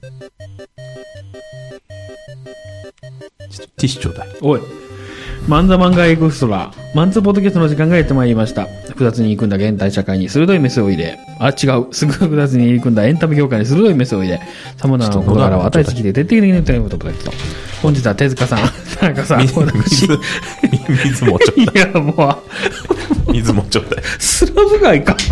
ティッシュちょうだい。 おい。マンザ漫画エクストラ。マンツーポッドキャストの時間がやってまいりました。複雑に入り組んだ現代社会に鋭いメスを入れ、違う。すぐ複雑に入り組んだエンタメ業界に鋭いメスを入れ、様々な事柄を与えすぎて徹底的に訴えることができた。本日は手塚さん、田中さん、 水もちょうだい。 いや、もう、 水もちょうだい。 スラム街か。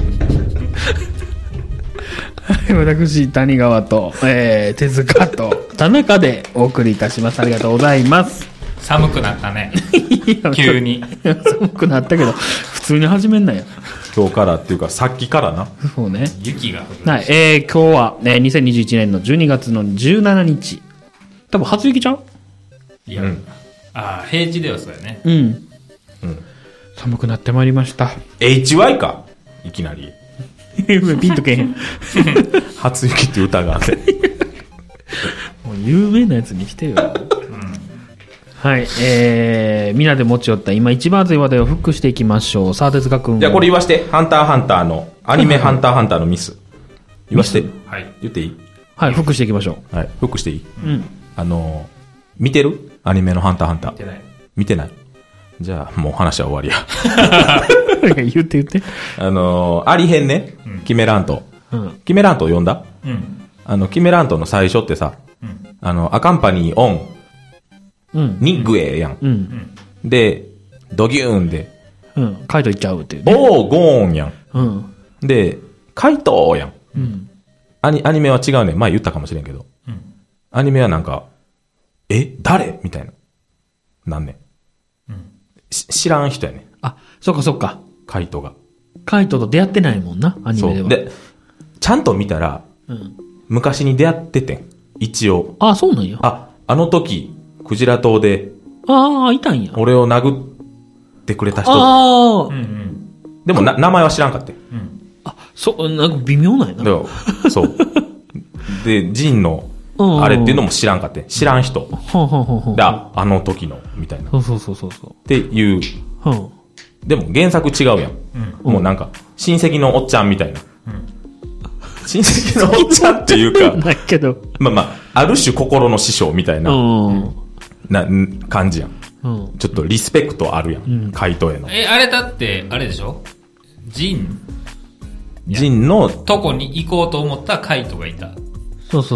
私、谷川と、手塚と、田中でお送りいたします。ありがとうございます。 寒くなったね。急に。 寒くなったけど、普通に始めんなよ。 今日からっていうか、さっきからな。 そうね。 雪が降る。 はい。今日は、2021年の12月の17日。多分初雪ちゃう？ いや、平地ではそうやね。 うん。寒くなってまいりました。 HY かいきなり。 ピンとけへん。 初雪って歌があって。 もう有名なやつにしてよ。はい。みんなで持ち寄った今一番熱い話題をフックしていきましょう。さあ、哲学君。 じゃあこれ言わして。ハンターハンターの、アニメハンターハンターのミス。言わして。 はい。 言っていい？ はい、フックしていきましょう。はい。フックしていい？ うん。 見てる？アニメのハンターハンター。 見てない。 見てない。じゃあ、もう話は終わりや。 言って。 アリ編ね。キメラント。キメラントを読んだ？キメラントの最初ってさ、アカンパニーオン。にグエやん。で、ドギューンで。 カイト行っちゃうっていうね。 おー、ゴーンやん。で、カイトやん。アニメは違うね。前言ったかもしれんけど。アニメはなんか、誰みたいな。なんね。知らん人やね。 あ、そっか。 カイトが。 カイトと出会ってないもんな、アニメでは。 で、ちゃんと見たら、昔に出会っててん。一応。 あ、そうなんや。 あの時、クジラ島で、 いたんや。 俺を殴ってくれた人。でも名前は知らんかって。 なんか微妙なんやな。 そう。で、ジンの、あれっていうのも知らんかって。知らん人。で、あの時の、みたいな。 そう。 っていう。でも原作違うやん。もうなんか、親戚のおっちゃんみたいな。親戚のおっちゃんっていうか。 だけど。 ある種心の師匠みたいな。感じやん。ちょっとリスペクトあるやん。カイトへの。 あれだって、あれでしょ？ジンのとこに行こうと思ったカイトがいた。 そう。 そう。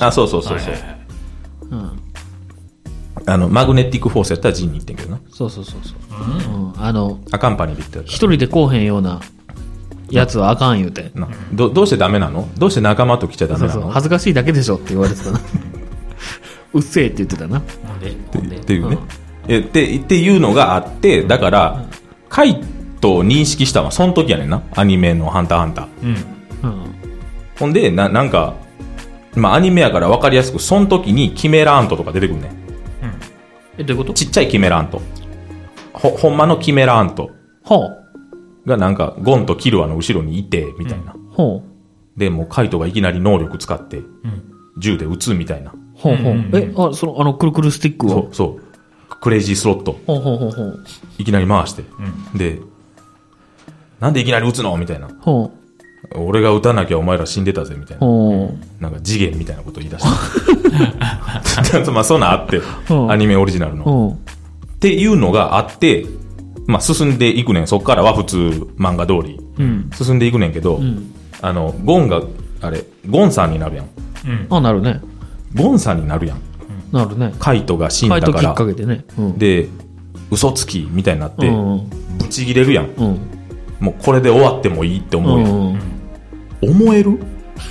マグネティックフォースやったらジンに行ってんけどな。 そう。 アカンパニーで行ったら。 一人でこうへんようなやつはあかん言うて。 どうしてダメなの？どうして仲間と来ちゃダメなの？ 恥ずかしいだけでしょって言われてたな。うっせえって言ってたな。 なんでっていうね。っていうのがあって、だから、カイトを認識したのはその時やねんな。アニメのハンターハンター。ほんで、なんか、アニメやから分かりやすく、その時にキメラントとか出てくるね。 どういうこと？ ちっちゃいキメラント。ほんまのキメラント。がなんか、ゴンとキルアの後ろにいて、みたいな。で、もうカイトがいきなり能力使って、銃で撃つみたいな。くるくるスティックを。そう。クレイジースロット。いきなり回して。で、なんでいきなり撃つのみたいな。俺が撃たなきゃお前ら死んでたぜ、みたいな。なんか次元みたいなこと言い出した。そんなんあって、アニメオリジナルの。っていうのがあって、進んでいくねん。そっからは普通漫画通り。進んでいくねんけど、ゴンが、ゴンさんになるやん。 なるね。 ゴンさんになるやん。 なるね。 カイトが死んだから。 カイトきっかけでね。 で、嘘つきみたいになって、ブチギレるやん。もうこれで終わってもいいって思うやん。思える？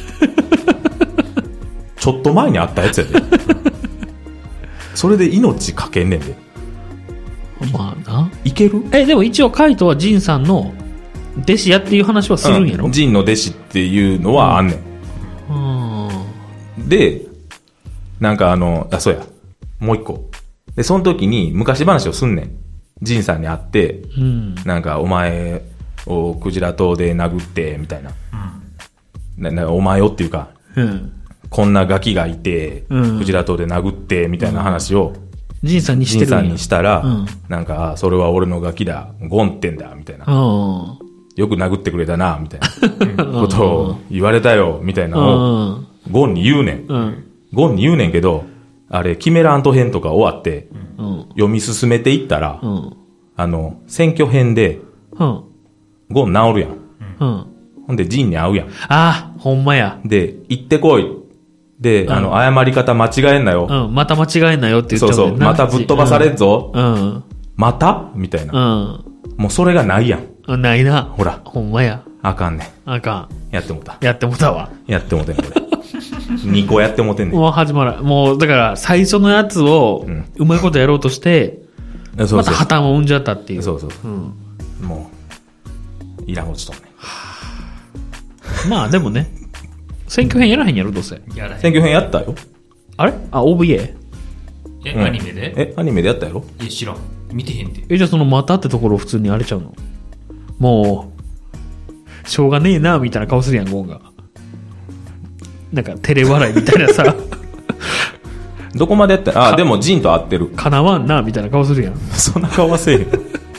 ちょっと前にあったやつやで。それで命かけんねんで。いける？ でも一応カイトはジンさんの弟子やっていう話はするんやろ？ ジンの弟子っていうのはあんねん。で、なんかそうや。もう一個。で、その時に昔話をすんねん。ジンさんに会って、なんかお前をクジラ島で殴って、みたいな。お前をっていうか、こんなガキがいて、クジラ島で殴って、みたいな話を、 ジンさんにしたら、なんか、それは俺のガキだ、ゴンってんだ、みたいな。よく殴ってくれたな、みたいなことを言われたよ、みたいなのを、ゴンに言うねん。 ゴンに言うねんけど、あれ、キメラント編とか終わって、読み進めていったら、選挙編で、ゴン治るやん。ほんで、ジンに会うやん。 ああ、ほんまや。 で、行ってこい。で、謝り方間違えんなよ。 また間違えんなよって言ってそうそう。またぶっ飛ばされんぞ。またみたいな。 もうそれがないやん。ないな。 ほら。 ほんまや。 あかんねん。あかん。 やってもた。 やってもたわ。 やってもてん、これ。2個やってもてんねん。 もう始まらん。もう、だから、最初のやつを、うまいことやろうとして、また破綻を生んじゃったっていう。 そうそう。もう、いらん落ちとんね。 まあ、でもね、選挙編やらへんやろ、どうせ。 やらへん。 選挙編やったよ。 あれOVA？ アニメで？ アニメでやったやろ？ いや、知らん。見てへんて。 じゃあそのまたってところ普通にあれちゃうの？もう、しょうがねえな、みたいな顔するやん、ゴンが。なんか、照れ笑いみたいなさ。 どこまでやったでもジンと合ってる。 かなわんな、みたいな顔するやん。 そんな顔はせえへん。ね。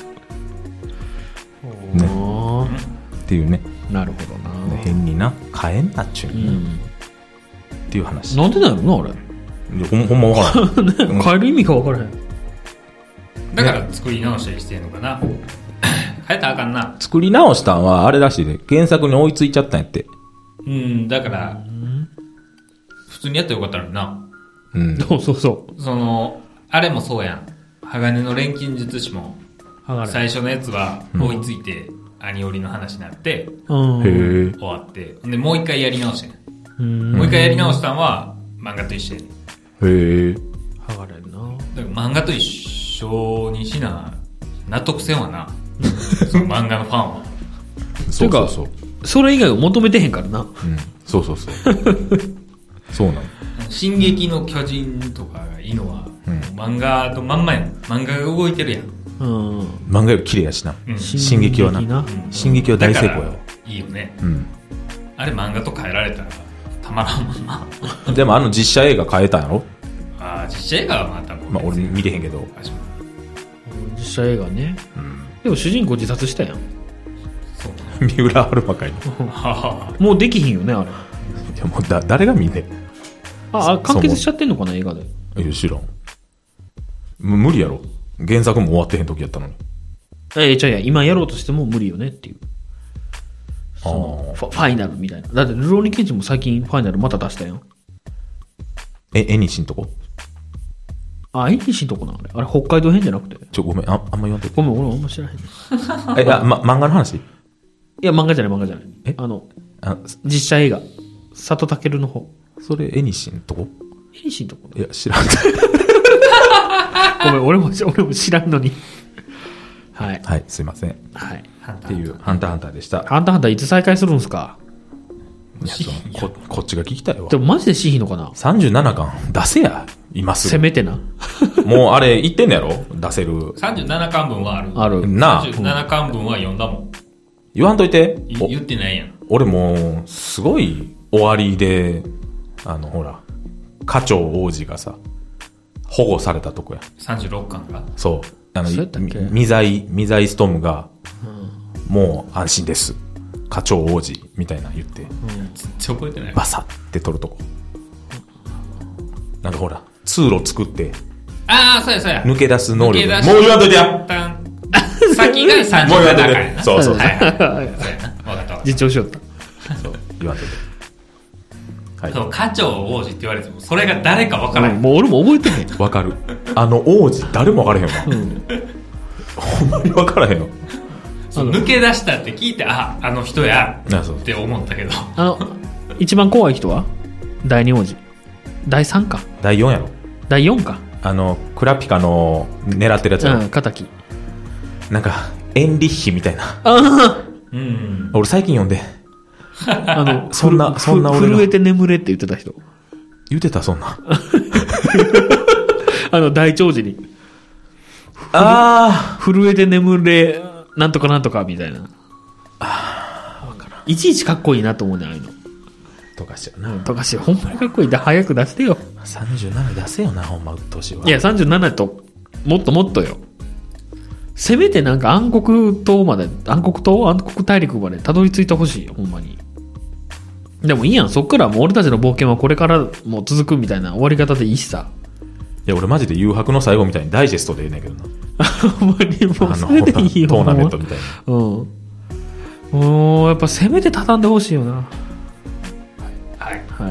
っていうね。 なるほどな。 変にな、変えんなっちゅう、っていう話。 なんでなのあれ。 ほんまわからん。 変える意味がわからへん。 だから作り直したりしてんのかな。変えたらあかんな。 作り直したんはあれらしいで、原作に追いついちゃったんやって。 だから、普通にやったらよかったのにな。 そう。 あれもそうやん。鋼の錬金術師も、最初のやつは追いついて、兄寄りの話になって、終わって、で、もう一回やり直してん。もう一回やり直したんは、漫画と一緒やねん。 剥がれるな。 だから漫画と一緒にしな、納得せんわな。その漫画のファンは。 そうか、それ以外を求めてへんからな。 そう。そうなの。 進撃の巨人とかがいいのは、漫画とまんまやん。漫画が動いてるやん。 漫画より綺麗やしな。進撃はな。進撃は大成功やわ。 いいよね。あれ漫画と変えられたらたまらんもんな。 でも実写映画変えたんやろ？ 実写映画はまたまあ俺見てへんけど。 実写映画ね。でも主人公自殺したやん。 三浦春馬かいもうできひんよね、あれ。 いやもう誰が見んねん。 完結しちゃってんのかな、映画で。 いや、知らん。無理やろ。原作も終わってへん時やったのに。 じゃあ今やろうとしても無理よねっていう。ファイナルみたいな。だってルローニケンジも最近ファイナルまた出したよ。 エニシんとこ？ エニシんとこなあれ北海道編じゃなくて。 ごめん、あんま言わんといて。 ごめん、俺あんま知らへん。 漫画の話？ いや、漫画じゃない。実写映画。佐藤健の方。 それ、エニシンとこ？ エニシンとこ？ いや、知らん。 ごめん、俺も知らんのに。はい。 はい、すいません。 はい。 っていう、ハンターハンターでした。 ハンターハンターいつ再開するんすか？ いや、こっちが聞きたいわ。 でもマジでしひんのかな？ 37巻出せや、今すぐ。 せめてな。 もうあれ言ってんのやろ？出せる。 37巻分はある。 ある。 なあ。 37巻分は読んだもん。 言わんといて。 言ってないやん。 俺もう、すごい終わりで、ほら、課長王子がさ、保護されたとこや。 36巻が？ そう。未在ストームが、もう安心です。課長王子みたいな言って、 全然覚えてない。 バサって取るとこ。なんかほら、通路作って、 そうや。 抜け出す能力。 もう言わんといてや。 先が37巻やな。 そう。 そうやな。分かった。 実調しよった。 そう、言わんといて。 そう、課長王子って言われても、それが誰か分からん。 もう俺も覚えてへん。 分かる。王子誰も分からへんわ。ほんまに分からへんの。 抜け出したって聞いて、あの人やって思ったけど。 一番怖い人は第2王子。第3か。 第4やろ。 第4か。 クラピカの狙ってるやつやろ。 敵。 なんか、エンリッヒみたいな。俺最近読んで。そんな俺震えて眠れって言ってた人。 言ってた、そんな。 大長寿に。震えて眠れ、なんとかなんとかみたいな。わからん。いちいちかっこいいなと思うね、ああいうの。 とかしよな。 とかしよ。ほんまにかっこいい。早く出してよ。 37出せよな、ほんま、うっとうしいわ。 いや、37と、もっともっとよ。せめてなんか暗黒大陸までたどり着いてほしいよ、ほんまに。 でもいいやん。そっからもう俺たちの冒険はこれからも続くみたいな終わり方でいいしさ。 いや、俺マジで誘白の最後みたいにダイジェストでええねんけどな。 ほんまにもうそれでいいよ。 トーナメントみたいな。 うん。もう、やっぱせめて畳んでほしいよな。 はい。 はい。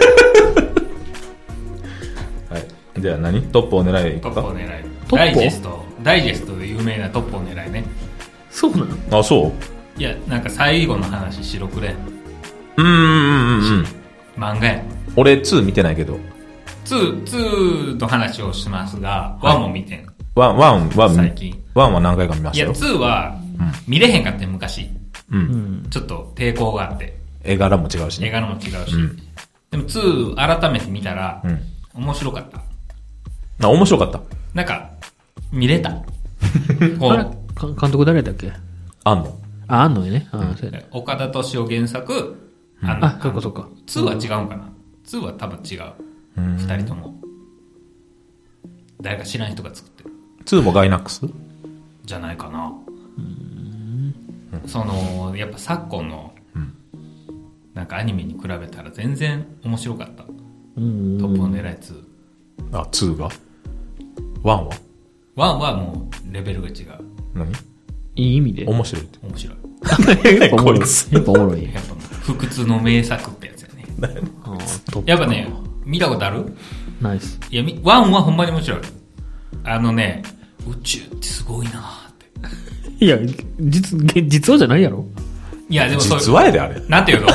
はい。じゃあ何トップを狙いトップを狙い。ダイジェストで有名なトップを狙いね。 そうなの？ あ、そういや、なんか最後の話白黒漫画や。 俺2見てないけど。 2の話をしますが、1も見てん。 1 最近。 1は何回か見ましたよ。 いや、2は見れへんかって昔。 うん。 ちょっと抵抗があって。 絵柄も違うしね。 絵柄も違うし。でも2改めて見たら、面白かった。 面白かった。 なんか、見れた。 あれ監督誰だっけ？ あんの。 あ、あんのね。そうやね。 岡田斗司夫原作。 あ、そうかそうか。 2は違うんかな。2は多分違う。二人とも。誰か知らん人が作ってる。 2もガイナックスじゃないかな。やっぱ昨今の、なんかアニメに比べたら全然面白かった。トップを狙い2。 あ、2が ?1 は ?1 はもうレベルが違う。 何？ いい意味で面白いって。 面白い。 やっぱおもろい。やっぱおもろい。 やっぱ不屈の名作ってやつやね。やっぱね、見たことある？ ナイス。 いや、1はほんまに面白い。宇宙ってすごいなーって。 いや、実話じゃないやろ？ いや、でも実話やであれ。 なんていうの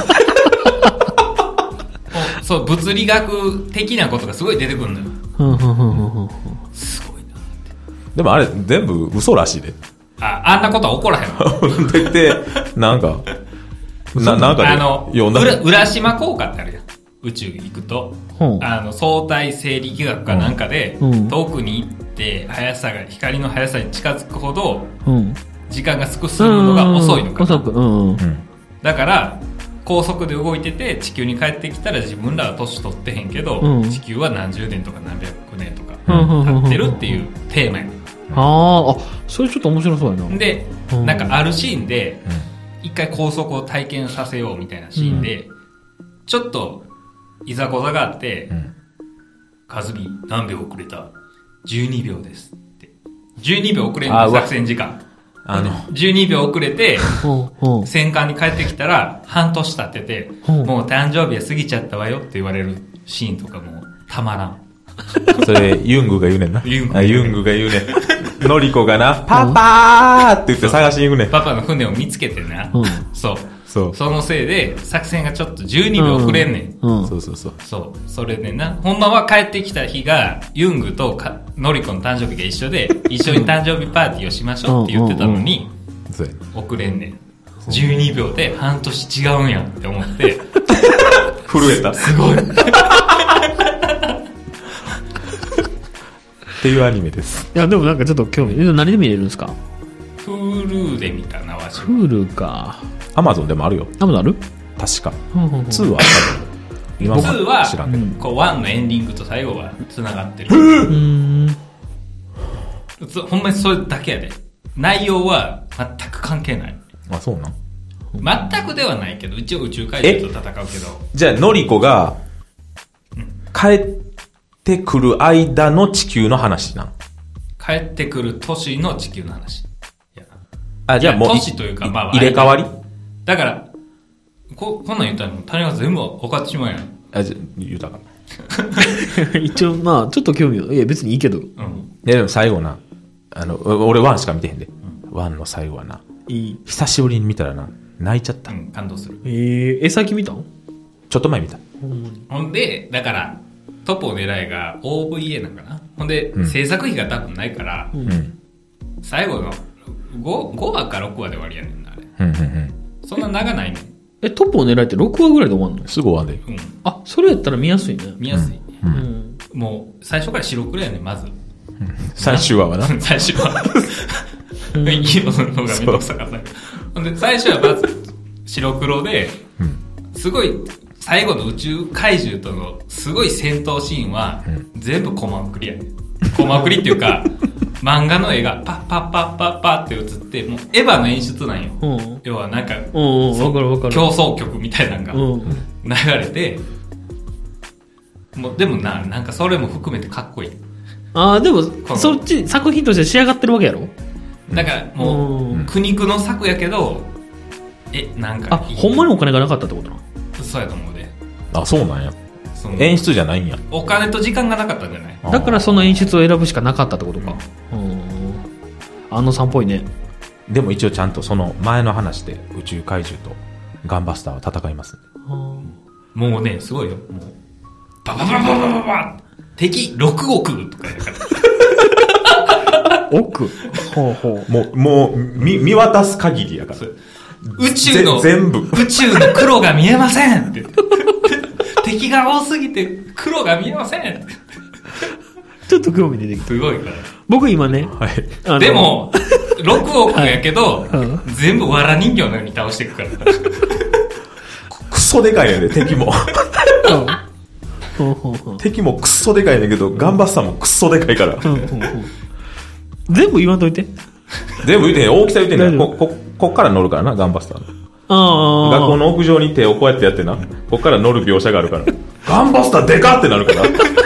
そう、物理学的なことがすごい出てくるのよ。すごいなって。 でもあれ、全部嘘らしいで。 あんなことは起こらへんの。で、なんかで、読んだ。 浦島効果ってあるやん。宇宙行くと、相対性力学かなんかで、遠くに行って、光の速さに近づくほど、時間が進むのが遅いのかな。だから、高速で動いてて、地球に帰ってきたら自分らは年取ってへんけど、地球は何十年とか何百年とか経ってるっていうテーマやねん。 それちょっと面白そうやな。 で、なんかあるシーンで、一回高速を体験させようみたいなシーンで、ちょっと、いざこざがあって、カズビ何秒遅れた ?12 秒ですって。12秒遅れんの作戦時間。12秒遅れて、戦艦に帰ってきたら、半年経ってて、もう誕生日は過ぎちゃったわよって言われるシーンとかもたまらん。 それ、ユングが言うねんな。ユングが言うねん。ノリコがな、パパーって言って探しに行くねん。 パパの船を見つけてな。そう。そのせいで、作戦がちょっと12秒遅れんねん。 そう。 そう。それでな、ほんまは帰ってきた日が、ユングとノリコの誕生日が一緒で、一緒に誕生日パーティーをしましょうって言ってたのに、遅れんねん。12秒で半年違うんやんって思って、 震えた。 すごい。 っていうアニメです。 いや、でもなんかちょっと興味。何で見れるんですか？ Hulu で見たな、わし。 Hulu か。 Amazon でもあるよ。 Amazon ある？ 確か。2はあったけど。 2は、知らんけど。こう、1のエンディングと最後は繋がってる。ほんまにそれだけやで。内容は全く関係ない。 あ、そうなん？ 全くではないけど、一応宇宙怪獣と戦うけど。 じゃあ、ノリコが、帰ってくる間の地球の話なの？ 帰ってくる都市の地球の話。 じゃあもう、 都市というか、 入れ替わり？ だから、こんなん言ったらもう谷川全部分かってしまうやん。 じゃ言うたから。 一応、まあ、ちょっと興味いや、別にいいけど。 でも最後な、俺1しか見てへんで。1の最後はな。久しぶりに見たらな、泣いちゃった。 感動する。 最近見たん？ ちょっと前見た。 ほんで、だから、トップを狙いが OVA なんかな。ほんで、制作費が多分ないから、最後の5話か6話で終わりやねんな、あれ。そんな長ないねん。 トップを狙いって6話ぐらいで終わんの？ すぐ終わんで。 あ、それやったら見やすいね。 見やすい。もう、最初から白黒やねん、まず。 最終話はな。 最終話。いいの方がめんどくさかった。ほんで、最初はまず、白黒で、すごい、最後の宇宙怪獣とのすごい戦闘シーンは、全部コマ送りやねん。コマ送りっていうか、漫画の絵がパッパッパッパッパッって映って、もうエヴァの演出なんよ。要はなんか、 わかるわかる。 競争曲みたいなのが流れて、もうでもなんかそれも含めてかっこいい。 ああ、でも、そっち、作品として仕上がってるわけやろ？ だからもう、苦肉の策やけど、なんか。 ほんまにお金がなかったってことなの？ そうやと思うで。 あ、そうなんや。演出じゃないんや。 お金と時間がなかったんじゃない？ だからその演出を選ぶしかなかったってことか。あのさんっぽいね。 でも一応ちゃんとその前の話で宇宙怪獣とガンバスターは戦います。 もうね、すごいよ。もう、バババババババ敵6億とかやから。 億？ほうほう。 もう見渡す限りやから。 宇宙の黒が見えませんって。敵が多すぎて黒が見えません。 ちょっと興味出てきた。 すごいから。 僕今ね。 はい。 でも、6億やけど、全部藁人形のように倒していくから。 クソでかいねんで、敵も。敵もクソでかいねんけど、ガンバスターもクソでかいから。 全部言わんといて。 全部言うてへん。大きさ言うてんねん。こっから乗るからな、ガンバスターの。学校の屋上に手をこうやってやってな、こっから乗る描写があるから、ガンバスターでかってなるから。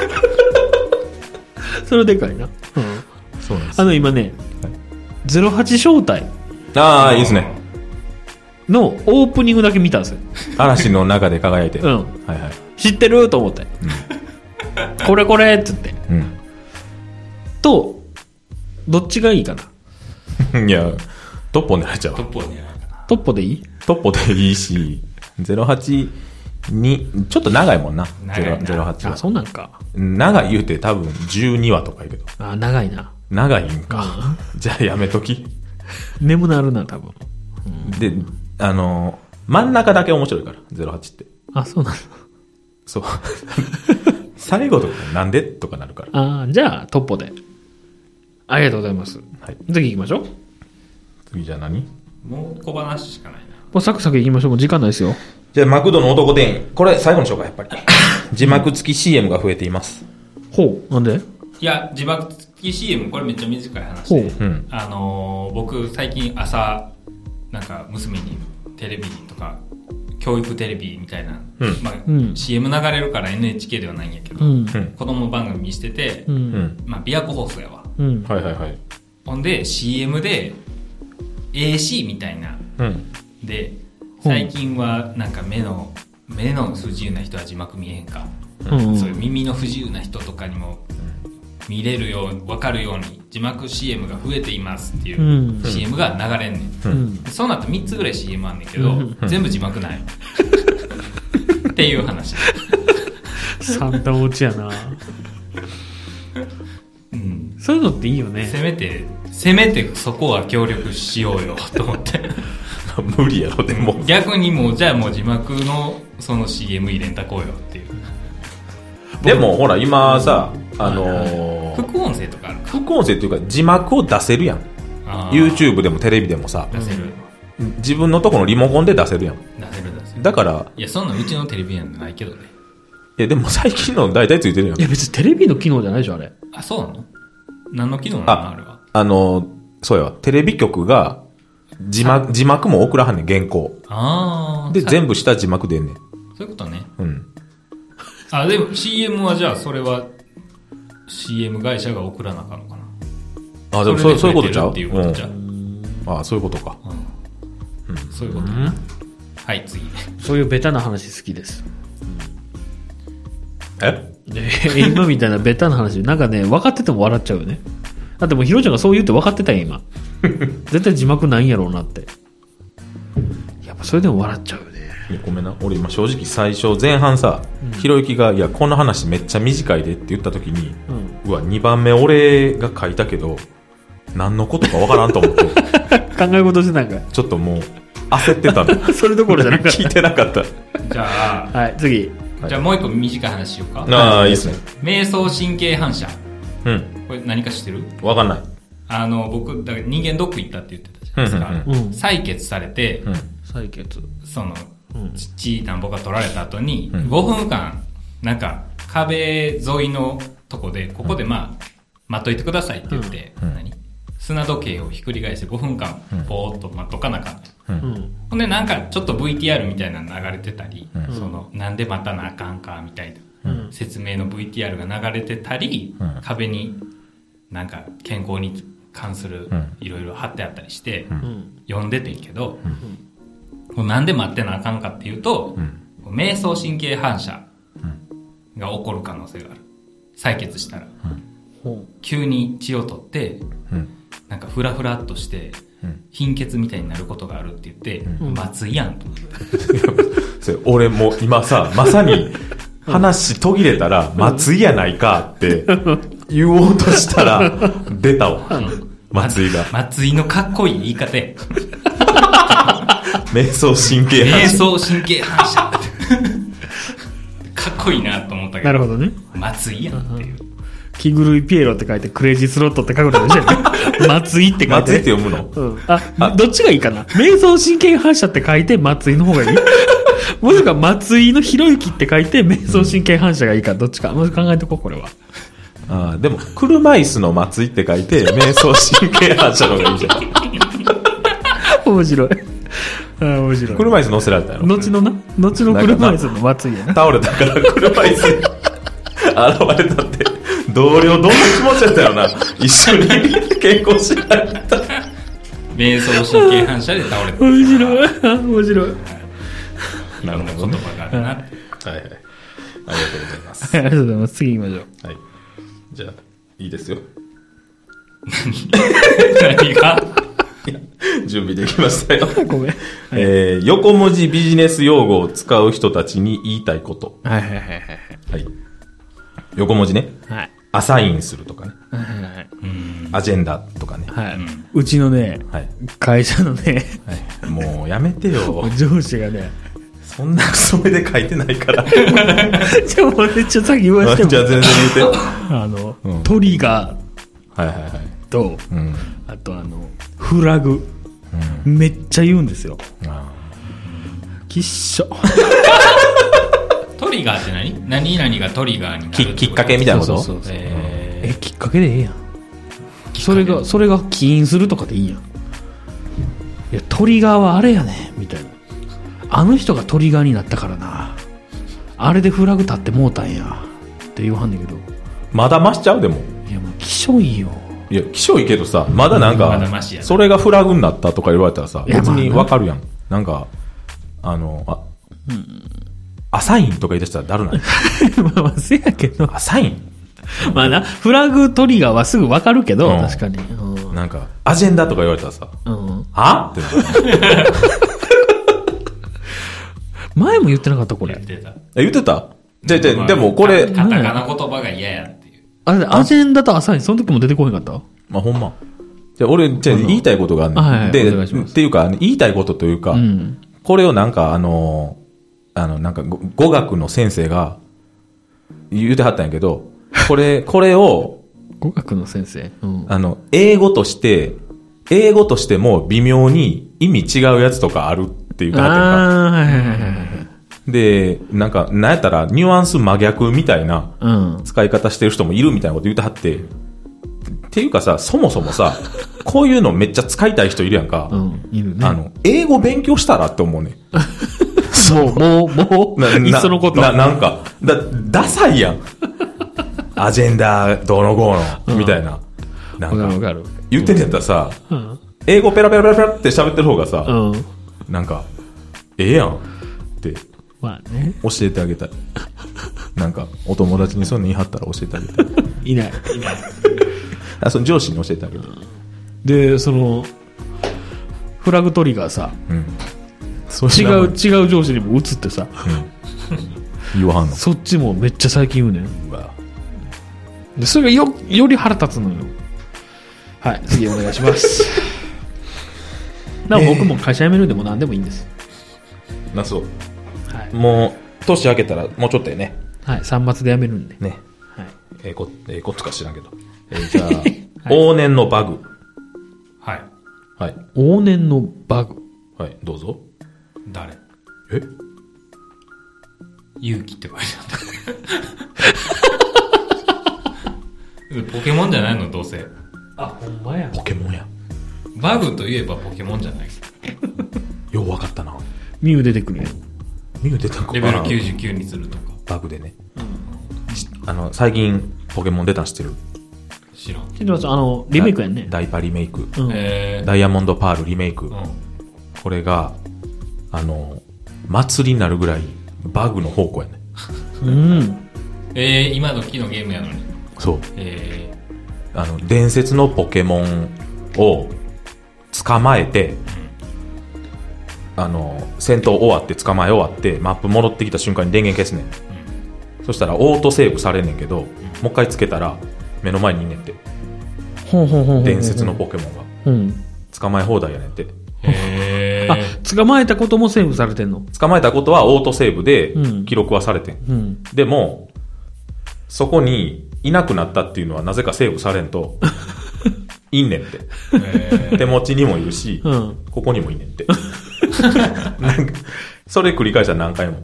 それでかいな。 そうなんです。 今ね、08招待。 ああ、いいですね。 のオープニングだけ見たんですよ。 嵐の中で輝いて。 はいはい。 知ってると思って。これって言って。と、どっちがいいかな。 いや、トッポ狙っちゃう。 トッポ狙う。 トッポでいい？ トッポでいいし、08に、ちょっと長いもんな。08は。 あ、そうなんか。 長い言うて多分12話とかやけど。 あ、長いな。 長いんか。じゃあやめとき。 眠なるな、多分。 で、真ん中だけ面白いから、08って。 あ、そうなの？ そう。最後とかなんでとかなるから。 じゃあ、トッポで。ありがとうございます。はい。次行きましょう。 次じゃあ何？ もう小話しかないな。 もうサクサク行きましょう。もう時間ないですよ。 じゃあ、マクドの男店員。これ最後にしようか、やっぱり。字幕付き CM が増えています。 ほう。なんで？ いや、字幕付き CM、これめっちゃ短い話で。僕、最近朝、なんか娘にテレビとか、教育テレビみたいな、CM 流れるから NHK ではないんやけど、子供番組してて、琵琶湖放送やわ。 はいはいはい。 ほんで CM で AC みたいな、で最近はなんか目の不自由な人は字幕見えへんか、そういう耳の不自由な人とかにも見れるよう分かるように字幕 CM が増えていますっていう CM が流れんねん、そうなったら3つぐらい CM あんねんけど、全部字幕ないっていう話。 サンタ持ちやな。そういうのっていいよね。 せめてそこは協力しようよと思って。 無理やろ、でも。 逆にもう、じゃあもう字幕のその CM 入れんたこうよっていう。 でもほら今さ、 副音声とかあるか。 副音声っていうか字幕を出せるやん。YouTube でもテレビでもさ。 出せる。 自分のとこのリモコンで出せるやん。 出せる。 だから。 いや、そんなうちのテレビやんないけどね。 いや、でも最近の大体ついてるやん。 いや、別にテレビの機能じゃないでしょ、あれ。 あ、そうなの？何の機能なのあれは。 そうやわ。テレビ局が字幕も送らはんねん、原稿。で、全部下字幕出んねん。 そういうことね。でも CM はじゃあそれは CM 会社が送らなあかんのかな。 でもそういうことちゃう？ っていうことちゃう。 そういうことか。 そういうこと。はい、次。 そういうベタな話好きです。 今みたいなベタな話、なんかね、分かってても笑っちゃうよね。だってもうヒロちゃんがそう言って分かってたんや、今。絶対字幕ないんやろうなって。やっぱそれでも笑っちゃうよね。 いやごめんな、俺今正直最初前半さ、ひろゆきがいやこの話めっちゃ短いでって言った時に、うわ2番目俺が書いたけど何のことかわからんと思って考え事してなんかちょっともう焦ってたの。 それどころじゃなかった。 聞いてなかった。 じゃあはい次。 じゃあもう一個短い話しようか。 いいですね。 迷走神経反射。これ何か知ってる？ わかんない。 僕だから人間ドック行ったって言ってたじゃないですか。採血されて、 採血その血なんぼか取られた後に5分間なんか壁沿いのとこでここで待っといてくださいって言って、 砂時計をひっくり返して5分間ぼーっと待っとかなあかんね、ほんでなんかちょっと VTR みたいなの流れてたり、そのなんで待たなあかんかみたいな、説明の VTR が流れてたり、壁になんか健康に関するいろいろ貼ってあったりして、読んでてんけど、なんで待ってなあかんかっていうと、迷走神経反射が起こる可能性がある。採血したら、急に血を取って、なんかフラフラっとして、貧血みたいになることがあるって言って、松井やんと思って。 俺もう今さ、まさに話途切れたら、松井やないかって言おうとしたら、出たわ。松井が。 松井のかっこいい言い方や。 迷走神経反射。 迷走神経反射。かっこいいなと思ったけど。 なるほどね。 松井やんっていう。 気狂いピエロって書いてクレイジースロットって書くのでしょ。松井って書いて。 松井って読むの？ どっちがいいかな。迷走神経反射って書いて松井の方がいいもしくは松井のひろゆきって書いて迷走神経反射がいいかどっちか。もし考えとこう、これは。 でも、車椅子の松井って書いて、迷走神経反射の方がいいじゃん。 面白い。面白い。 車椅子乗せられたよ。 後の車椅子の松井やな。 倒れたから車椅子に現れたって、同僚どんな気持ちだったよな。一緒に健康しないと。 迷走神経反射で倒れた。 面白い。面白い。 なるほど、言葉があるな。はいはい。 ありがとうございます。 ありがとうございます。次行きましょう。 はい。じゃあ、いいですよ。 何が準備できましたよ。 ごめん。 横文字ビジネス用語を使う人たちに言いたいこと。 はいはいはいはい。 はい。横文字ね。 はい。 アサインするとかね。 はいはいはい。 アジェンダとかね。 はい。うちのね、会社のね、 もうやめてよ。 上司がね、 そんなクソ目で書いてないから。 じゃあもうね、ちょっとさっき言わせても。 じゃあ全然言うて。トリガー。はいはいはい。 と、あとフラグ。めっちゃ言うんですよ。きっしょ。 トリガーって何々がトリガーになるきっかけみたいなこと？ そうきっかけでええやん。それが起因するとかでいいやん。いや、トリガーはあれやねみたいな。あの人がトリガーになったからな。あれでフラグ立ってもうたんや。って言わはんねんけど。 まだ増しちゃうでも。 いや、もうきしょいよ。 いや、きしょいけどさ、まだなんか、それがフラグになったとか言われたらさ、別にわかるやん。なんか、アサインとか言い出したらだるない。 まあ、せやけど。 アサインまあな、フラグトリガーはすぐわかるけど、確かに。 なんか、アジェンダとか言われたらさ、はって前も言ってなかったこれ。 言ってたでもこれ。 カタカナ言葉が嫌やっていう。 アジェンダとアサイン、その時も出てこへんかった？ まあ、ほんま。俺、言いたいことがあるで、っていうか、言いたいことというか、これをなんかなんか語学の先生が言うてはったんやけど、これを、 語学の先生、 英語としても微妙に意味違うやつとかあるっていうか、で、なんやったらニュアンス真逆みたいな使い方してる人もいるみたいなこと言うてはって、っていうかさ、そもそもさ、こういうのめっちゃ使いたい人いるやんか。 いるね。 英語勉強したらって思うね。 もう、いっそのこと。 なんか、ダサいやん。アジェンダどうのこうの、みたいな。なんか、言ってんやったらさ、英語ペラペラペラペラって喋ってる方がさ、なんか、ええやんって、教えてあげたい。なんか、お友達にそういうの言い張ったら教えてあげたい。 いない。 その上司に教えてあげたい。 で、フラグトリガーさ、違う上司にも移ってさ、 言わはんの。 そっちもめっちゃ最近言うねん。でそれがより腹立つのよ。はい、次お願いします。僕も会社辞めるでも何でもいいんです。 そう。はい、もう年明けたらもうちょっとやね。 はい、3末で辞めるんで。 ね。はい。ことか知らんけど。じゃあ、往年のバグ。 はい。 はい。 往年のバグ。 はい、どうぞ。 誰？勇気って書いてあった。ポケモンじゃないのどうせ。 あ、ほんまや。 ポケモンや。 バグといえばポケモンじゃないよう分かったな。 ミュウ出てくるやん。 ミュウ出てくる。 レベル99にするとか。 バグでね。最近ポケモン出たん知ってる？ 知らん。 知ってます。リメイクやんね。 ダイパリメイク。 ダダイヤモンドパールリメイク。これが、祭りになるぐらいバグの宝庫やね。 うん。 今の木のゲームやのに。 そう。伝説のポケモンを捕まえて、戦闘終わって捕まえ終わってマップ戻ってきた瞬間に電源消すねん、そしたらオートセーブされんねんけど、もう一回つけたら目の前にいんねんって。伝説のポケモンが、捕まえ放題やねんって。 あ、捕まえたこともセーブされてんの？ 捕まえたことはオートセーブで記録はされてん、でもそこにいなくなったっていうのはなぜかセーブされんといんねんって。手持ちにもいるし、ここにもいんねんって。なんかそれ繰り返したら何回も。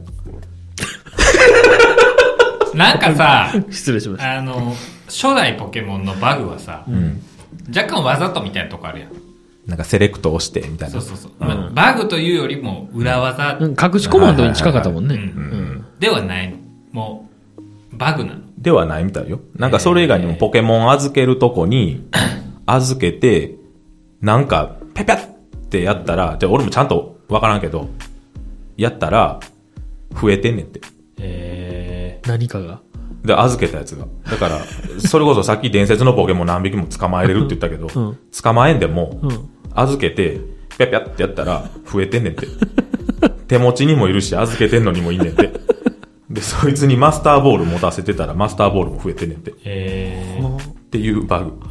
なんかさ、 失礼しました。 初代ポケモンのバグはさ、若干わざとみたいなとこあるやん。 なんかセレクトをしてみたいな。 そう。バグというよりも裏技。 隠しコマンドに近かったもんね。 ではない。もう、バグなの。 ではないみたいよ。なんかそれ以外にもポケモン預けるとこに、預けて、なんか、ペペってやったら、じゃあ俺もちゃんとわからんけど、やったら、増えてんねんって。 何かが。 で、預けたやつが。だから、それこそさっき伝説のポケモン何匹も捕まえれるって言ったけど、捕まえんでも、預けて、ペペってやったら、増えてんねんって。手持ちにもいるし、預けてんのにもいんねんって。で、そいつにマスターボール持たせてたら、マスターボールも増えてんねんって。っていうバグ。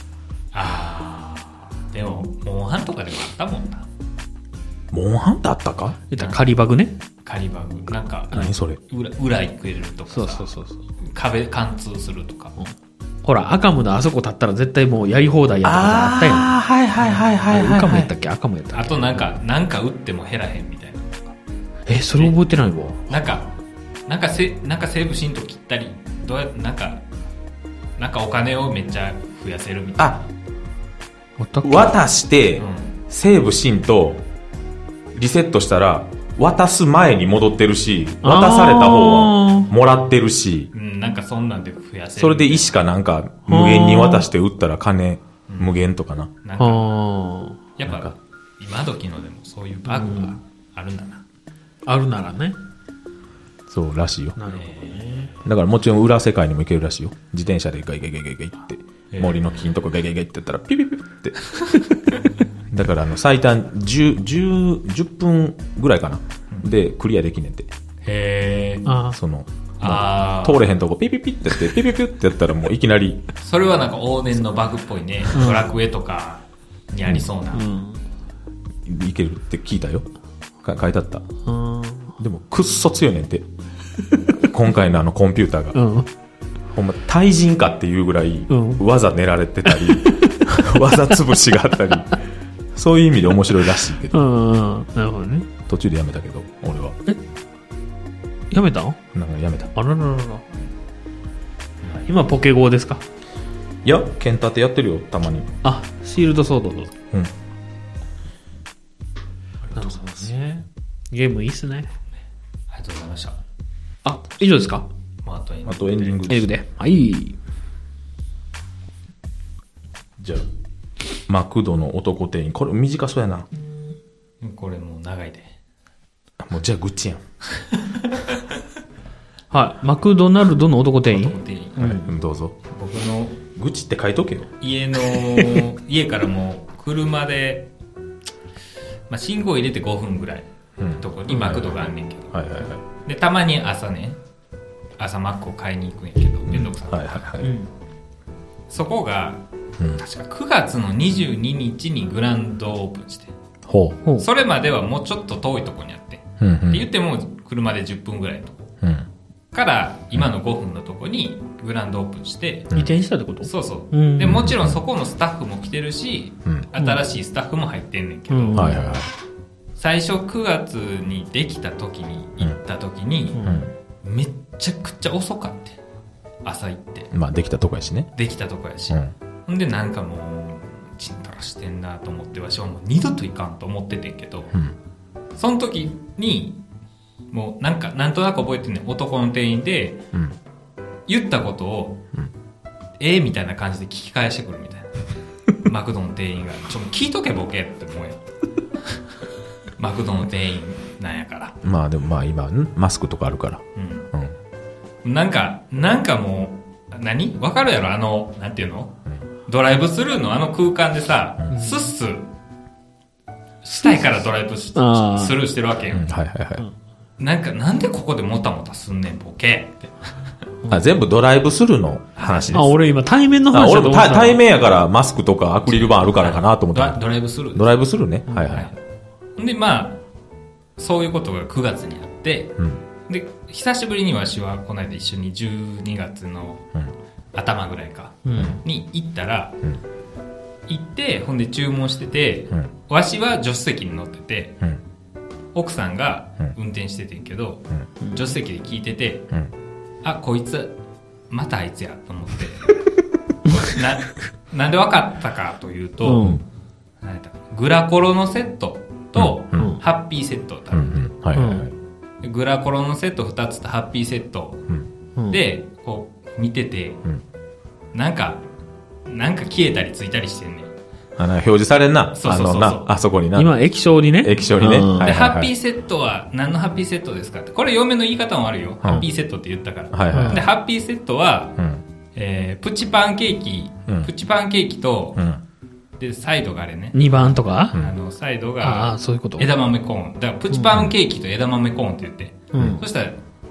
でも、モンハンとかでもあったもんな。 モンハンってあったか？ 仮バグね。 仮バグ。なんか、 何それ？ 裏行くれるとかさ。 そう。 壁貫通するとか。 ほら、赤ムのあそこ立ったら絶対もうやり放題やったことあったやん。はい。赤ムやったっけ？赤ムやったっけ？ あとなんか打っても減らへんみたいなとか。 それ覚えてないわ。 なんかセーブシーンと切ったり、どうやってなんかお金をめっちゃ増やせるみたいな。 渡して、セーブシーンとリセットしたら、渡す前に戻ってるし、渡された方はもらってるし、 なんかそんなんで増やせる。 それで石かなんか無限に渡して打ったら金無限とかな。 なんかやっぱ今時のでもそういうバグがあるんだな。 あるならね。 そうらしいよ。 なるほどね。 だからもちろん裏世界にも行けるらしいよ。自転車でガイガイって森の木のとこガイガイってやったらピピピってだから最短10分ぐらいかな、でクリアできんねんて。通れへんとこピピピってやってピピピってやったらもういきなり。 それはなんか往年のバグっぽいね。ドラクエとかにありそうな、 いけるって聞いたよ。書いてあった。でもくっそ強いねんて今回のコンピューターが、ほんま対人かっていうぐらい技練られてたり、技潰しがあったり、そういう意味で面白いらしいけど、 なるほどね。 途中でやめたけど俺は。 やめた？ なんかやめた。 あらららら。今ポケゴーですか？ いや、剣立てやってるよたまに。 シールドソードの。 ありがとうございますね。ゲームいいっすね。 ありがとうございました。 以上ですか？ あとエンディングです。はい。 じゃあマクドの男店員、これ短そうやな。 これもう長いで。 もうじゃあグッチやんはい。マクドナルドの男店員。 どうぞ。 僕のグチって書いとけよ。 家からもう車で、信号入れて5分ぐらいのとこにマクドがあんねんけど、でたまに朝マックを買いに行くんやけど、めんどくさい。そこが、確か9月の22日にグランドオープンして、それまではもうちょっと遠いとこにあって、って言っても車で10分ぐらいのとこ、から今の5分のとこにグランドオープンして、 移転したってこと？ そうそう。でもちろんそこのスタッフも来てるし、新しいスタッフも入ってんねんけど、最初9月にできた時に行った時に、めっちゃくちゃ遅かって、朝行って。 できたとこやしね。 できたとこやし。ほんでなんかもうかしてんなと思って、わしはもう二度といかんと思っててんけど、その時にもうなんとなく覚えてんねん。男の店員で、言ったことを、みたいな感じで聞き返してくるみたいな。マクドの店員が聞いとけボケって思うよ。マクドの店員なんやから。 まあでも今マスクとかあるから。 なんかもうわかるやろなんていうの、ドライブスルーの空間でさ、スッスしたいからドライブスルーしてるわけよ。なんでここでもたもたすんねんボケって。 全部ドライブスルーの話です。 俺今対面の話だと思った。俺も対面やからマスクとかアクリル板あるからかなと思った。 ドライブスルー。 ドライブスルーね。はいはい。 で、そういうことが9月にあって、で、久しぶりにわしはこの間一緒に12月の頭ぐらいか、に行ったら、行って、ほんで注文してて、わしは助手席に乗ってて、奥さんが運転しててんけど、助手席で聞いてて、こいつまたあいつやと思ってなんで分かったかというと、グラコロのセットとハッピーセットを食べて、グラコロのセット2つとハッピーセットでこう見てて、なんか消えたりついたりしてんねん。 表示されんな。あそこにな。 今、液晶にね。 液晶にね。 で、ハッピーセットは、何のハッピーセットですかって。これ、嫁の言い方もあるよ。ハッピーセットって言ったから。で、ハッピーセットは、プチパンケーキと、で、サイドがあれね。 2番とかサイドが、 そういうこと。 枝豆コーン。だから、プチパンケーキと枝豆コーンって言って。そしたら、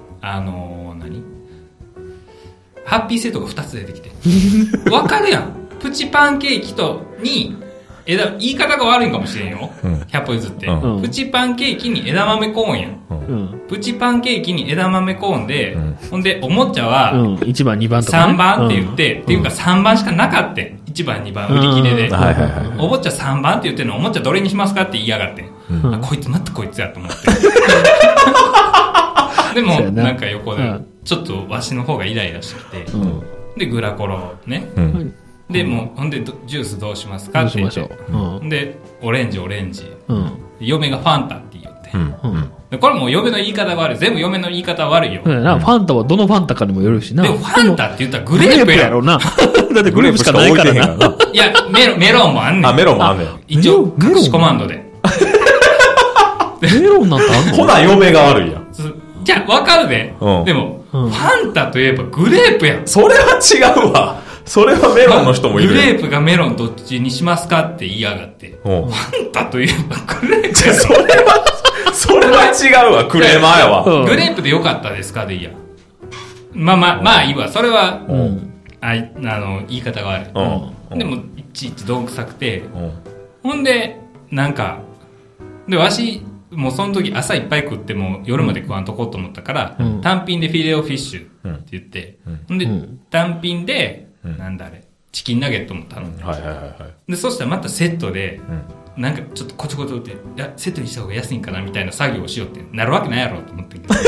ハッピーセットが2つ出てきて。わかるやん。プチパンケーキに言い方が悪いかもしれんよ。100歩譲って。プチパンケーキに枝豆コーンやん。プチパンケーキに枝豆コーンで、ほんで、おもちゃは、 1番、2番とか。 3番って言って、っていうか3番しかなかったん。1番、2番売り切れで。おもちゃ3番って言ってんの、おもちゃどれにしますかって言いやがってん。こいつまたこいつやと思って。でも、なんか横で、ちょっとわしの方がイライラしてきて、で、グラコロね。で、もう、ほんで、ジュースどうしますかって言って。で、オレンジ。嫁がファンタって言って。これもう嫁の言い方悪い。全部嫁の言い方悪いよ。 ファンタはどのファンタかにもよるしな。 でも、ファンタって言ったらグレープやろな。だってグレープしかないからな。 いや、メロンもあんねん。 メロンもあんねん。 一応、隠しコマンドで。 メロンなんてあんの？ ほな、嫁が悪いやん。 じゃあ、わかるで。でも、ファンタといえばグレープやん。 それは違うわ。それはメロンの人もいる。 グレープがメロンどっちにしますかって言いやがって。ファンタといえばグレープやん。 それは違うわ。クレーマーやわ。 グレープでよかったですかでいいや。まあいいわ。それは、言い方が悪い。でも、いちいちどんくさくて。ほんで、で、わし、もうその時朝いっぱい食っても夜まで食わんとこうと思ったから、単品でフィレオフィッシュって言って、で、単品で、チキンナゲットも頼んで。で、そしたらまたセットで、ちょっとこちょこちょって、セットにした方が安いんかなみたいな作業をしようってなるわけないやろと思ってんけど。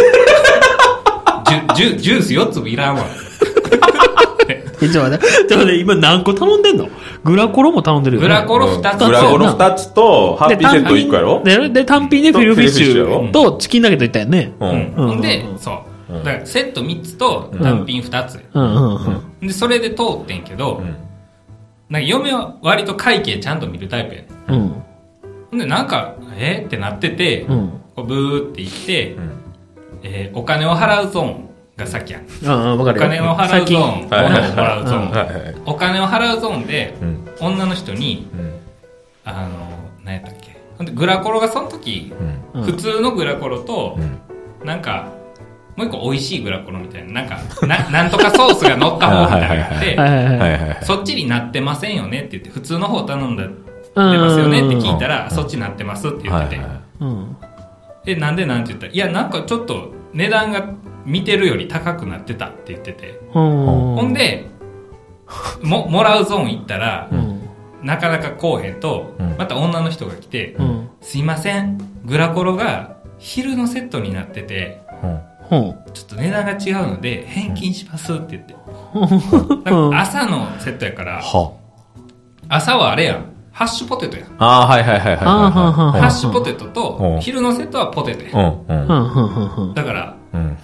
ジュース4粒いらんわ。 ちょっと待って、今何個頼んでんの？グラコロも頼んでるよね。 グラコロ2つと。 グラコロ2つと、ハッピーセット1個やろ？ で、単品でフィルフィッシュとチキンナゲットいったよね。 で、そう。だからセット3つと単品2つ。で、それで通ってんけど、嫁は割と会計ちゃんと見るタイプやねん。で、ってなってて、こうブーって言って、お金を払うゾーンが先やん。お金を払うゾーン、お金を払うゾーンで、女の人に、何やったっけ。グラコロがその時、普通のグラコロと、もう一個美味しいグラコロみたいな、なんとかソースが乗った方みたいなのがあって、そっちになってませんよねって言って、普通の方頼んでますよねって聞いたら、そっちなってますって言ってて、なんでなんて言ったら、いや、ちょっと値段が見てるより高くなってたって言ってて、ほんで、もらうゾーン行ったら、なかなかこうへんと、また女の人が来て、すいません、グラコロが昼のセットになってて、ちょっと値段が違うので返金しますって言って、朝のセットやから、朝はあれやん、 ハッシュポテトや。 ああ、はいはいはいはい。ハッシュポテトと、昼のセットはポテトや。だから、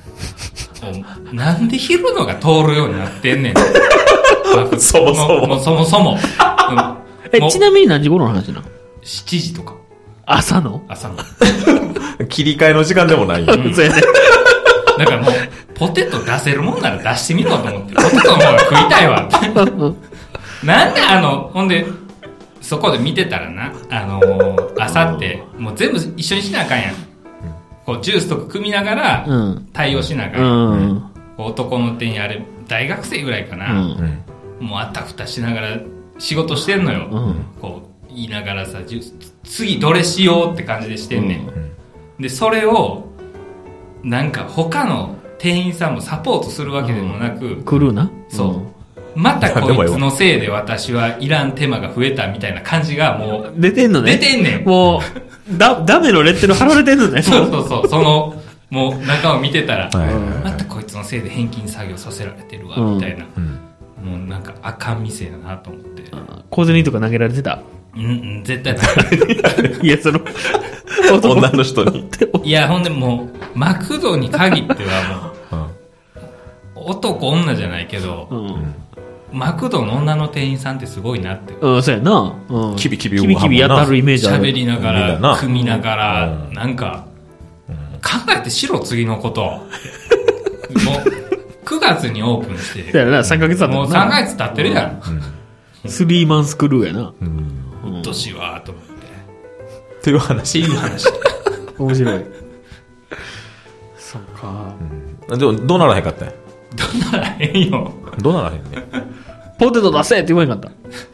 なんで昼のが通るようになってんねん。 そもそも。 ちなみに何時頃の話なの？ 7 時とか。 朝の切り替えの時間でもない。 そうやね。だからもう、ポテト出せるもんなら出してみろと思って、ポテトの方が食いたいわって。なんでほんで、そこで見てたらな、朝って、もう全部一緒にしなあかんやん。こう、ジュースとか組みながら、対応しなあかんやん。男の店あれ、大学生ぐらいかな。もうあたふたしながら仕事してんのよ。こう、言いながらさ、次どれしようって感じでしてんねん。で、それを、なんか他の店員さんもサポートするわけでもなく、 クルーな？ そう。またこいつのせいで私はいらん手間が増えたみたいな感じがもう。 出てんのね。 出てんねん。 もう、ダメのレッテル貼られてんのね。 そう。もう中を見てたら、またこいつのせいで返金作業させられてるわ、みたいな。もうなんかあかん店だなと思って。 小銭とか投げられてた？ 絶対ないや、 女の人に。 いや、ほんでもう、マクドに限ってはもう、男女じゃないけど、マクドの女の店員さんってすごいなって。 そうやな。 キビキビやったるイメージある。 喋りながら、組みながら、なんか、考えてしろ、次のこと。もう、9月にオープンして。 そうやな、3ヶ月経ってる。 もう3ヶ月経ってるやん。 スリーマンスクルーやな。 うっとしいわ、と思って。 っていう話。 面白い。そうか。 でも、どうならへんかったんや。 どうならへんよ。 どうならへんね。 ポテト出せって言わへんかった。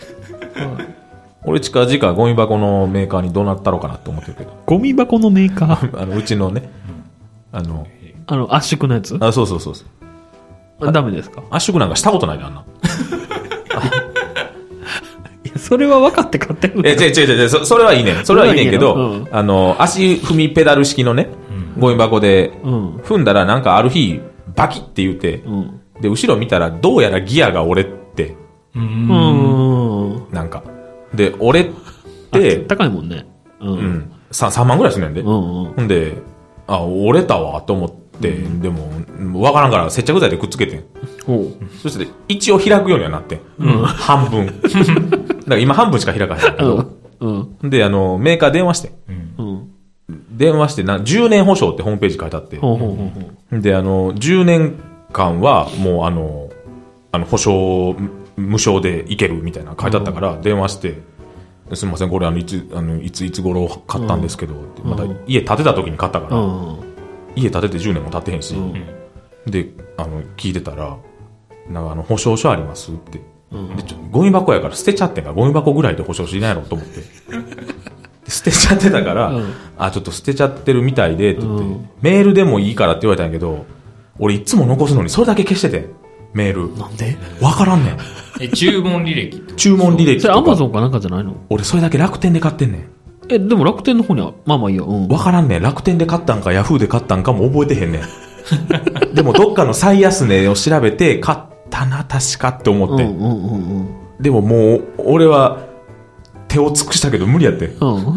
俺近々ゴミ箱のメーカーにどうなったろうかなって思ってるけど。 ゴミ箱のメーカーうちのね、 圧縮のやつ？ そう。 ダメですか？ 圧縮なんかしたことないで、あんな。 いや、それは分かって買ってる。 違う、それはいいねん。それはいいねんけど、足踏みペダル式のね、ゴミ箱で、踏んだらなんかある日、バキって言うて、で、後ろ見たらどうやらギアが折れて、なんか。で、折れて、 高いもんね。 3万ぐらいするんねんで。ほんで、折れたわ、と思って、でも、わからんから接着剤でくっつけてん。そして、一応開くようにはなってん。半分。だから今半分しか開かへんけど。で、メーカー電話して。電話して10年保証ってホームページ書いてあって。で、10年間はもう保証無償でいけるみたいな書いてあったから電話して、すみません、これいつ頃買ったんですけど、また家建てた時に買ったから、家建てて10年も経ってへんし、で、聞いてたら、なんか保証書ありますって。でゴミ箱やから捨てちゃってんから、ゴミ箱ぐらいで保証しないのと思って。捨てちゃってたから、ちょっと捨てちゃってるみたいで、って言って、メールでもいいからって言われたんやけど、俺いつも残すのにそれだけ消してて、メール。 なんで？ わからんねん。注文履歴注文履歴とか。それアマゾンかなんかじゃないの？ 俺それだけ楽天で買ってんねん。でも楽天の方には、まあいいよ。 わからんねん。楽天で買ったんかヤフーで買ったんかも覚えてへんねん。でもどっかの最安値を調べて買ったな、確かって思って。でももう、俺は手を尽くしたけど無理やって。でも、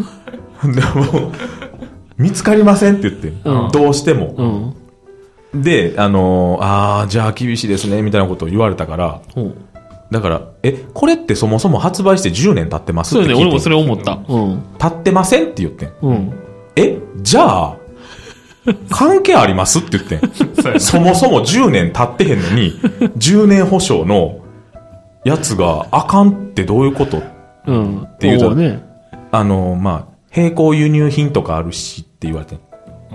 見つかりませんって言って。どうしても。で、じゃあ厳しいですね、みたいなことを言われたから、だから、これってそもそも発売して10年経ってますって聞いて。 そうね、俺もそれ思った。 経ってませんって言ってん。じゃあ、関係ありますって言ってん。そもそも10年経ってへんのに、10年保証のやつがあかんってどういうことって言うと、ね、並行輸入品とかあるしって言われてん。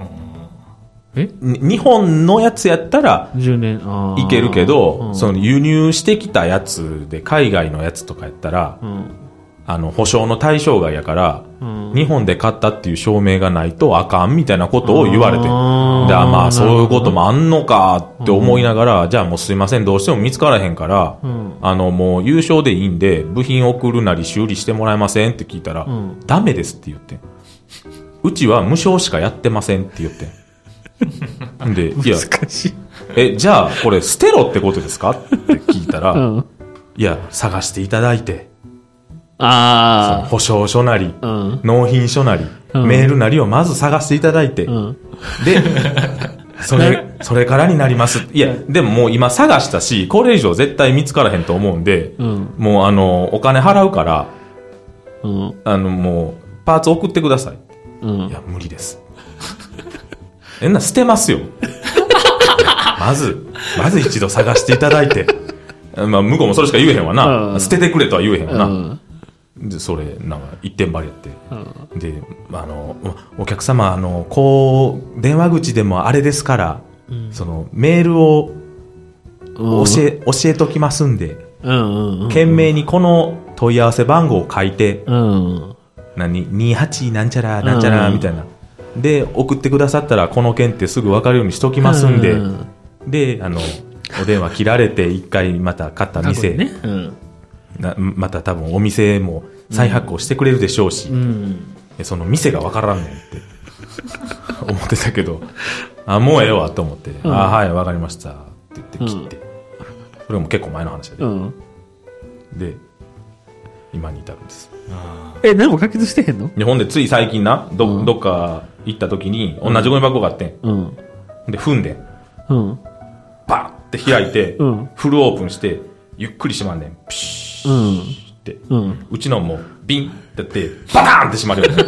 日本のやつやったらいけるけど、その輸入してきたやつで海外のやつとかやったら、保証の対象外やから、日本で買ったっていう証明がないとあかんみたいなことを言われて、まあそういうこともあんのかって思いながら、じゃあもうすいません、どうしても見つからへんから、もう優勝でいいんで部品送るなり修理してもらえませんって聞いたら、ダメですって言って、うちは無償しかやってませんって言って。で、いや、 難しい。じゃあ、これ捨てろってことですかって聞いたら、いや、探していただいて、 ああ。保証書なり、納品書なり、メールなりをまず探していただいて、で、それからになります。いや、でももう今探したし、これ以上絶対見つからへんと思うんで、もうお金払うから、もう、パーツ送ってください。いや、無理です。捨てますよ。まず一度探していただいて。まあ、向こうもそれしか言えへんわな。捨ててくれとは言えへんわな。で、それ、なんか、一点張りやって。で、お客様、電話口でもあれですから、メールを教えときますんで、懸命にこの問い合わせ番号を書いて、28なんちゃらなんちゃらみたいな。で、送ってくださったら、この件ってすぐ分かるようにしときますんで、で、お電話切られて、一回また買った店、また多分お店も再発行してくれるでしょうし、その店が分からんねんって思ってたけど、もうええわと思って、はい、分かりましたって言って切って、それも結構前の話で、で、今に至るんです。 何も解決してへんの？ ほんで、つい最近な、どっか行った時に、同じゴミ箱があってん。で、踏んでん。バーって開いて、フルオープンして、ゆっくり閉まんねん。ピシーって。うちのもビンってやって、バターンって閉まるよ。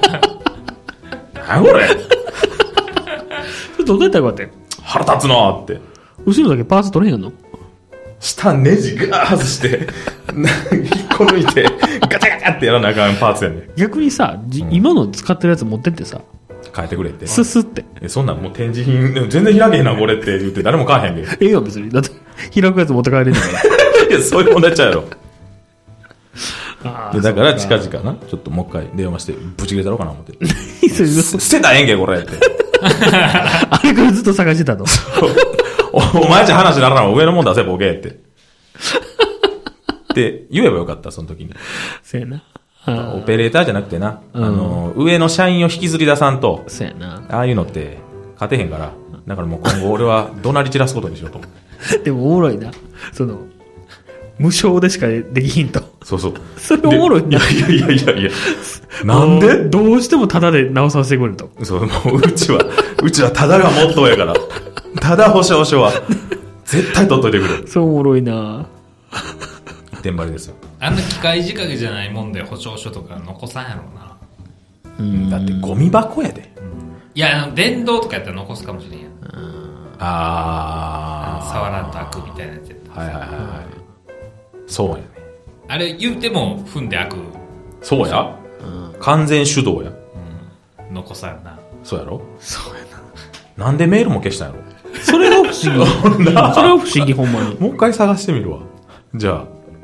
何これどうやったらよかったよ。 腹立つなーって。 後ろだけパーツ取れへんの？ 下ネジガー外して、引っこ抜いて、ガチャガチャってやらなあかんパーツやねん。 逆にさ、今の使ってるやつ持ってってさ、 変えてくれって。 スッって。 そんなんもう展示品、全然開けへんな、これって言って誰も買えへんで。 ええよ、別に。だって、開くやつ持って帰れんだから。 いや、そういう問題ちゃうやろ。だから近々な、ちょっともう一回電話して、ブチ切れたろうかな思って。捨てたらええんけ、これって。 あれからずっと探してたと。 お前じゃ話にならない上のもん出せ、ボケって。って言えばよかった、その時に。 そうやな。 オペレーターじゃなくてな、上の社員を引きずり出さんと、 そうやな。 ああいうのって勝てへんから、だからもう今後俺は怒鳴り散らすことにしようと思う。でもおもろいな。無償でしかできひんと。 そうそう。 それおもろいな。 いや。なんでどうしてもタダで直させてくれると。 そう、もううちはタダがモットーやから。タダ保証書は絶対取っといてくれ。 そうおもろいな。 一点張りですよ。 あんな機械仕掛けじゃないもんで保証書とか残さんやろうな。 だってゴミ箱やで。 いや、電動とかやったら残すかもしれんやん。触らんと開くみたいなやつやった。 はい。そうやね。 あれ言うても踏んで開く。 そうや。完全手動や。 残さんな。 そうやろ。 そうやな。なんでメールも消したんやろ。 それが不思議。それは不思議、ほんまに。 もう一回探してみるわ。じゃあ、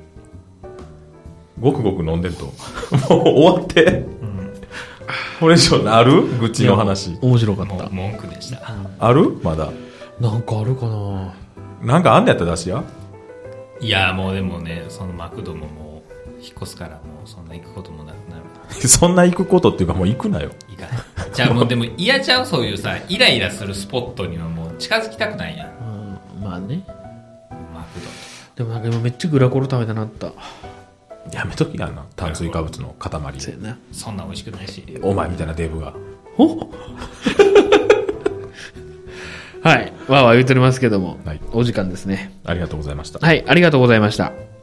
ごくごく飲んでんと。もう終わって。これ以上ある愚痴の話。 面白かった。 文句でした。 あるまだ。 なんかあるかな。 なんかあんねやったら出しや。 いや、もうでもね、そのマクドももう、引っ越すからもうそんな行くこともなくなる。 そんな行くことっていうかもう行くなよ。 行かない。じゃあもうでも嫌ちゃう、そういうさ、イライラするスポットにはもう近づきたくないやん。 まあね。 マクド。 でもなんか今めっちゃグラコロ食べたなった。 やめときやんな、炭水化物の塊。 そうやな。そんな美味しくないし。 お前みたいなデブが。 はい。わーわー言うとりますけども、 はい、 お時間ですね。 ありがとうございました。 はい、ありがとうございました。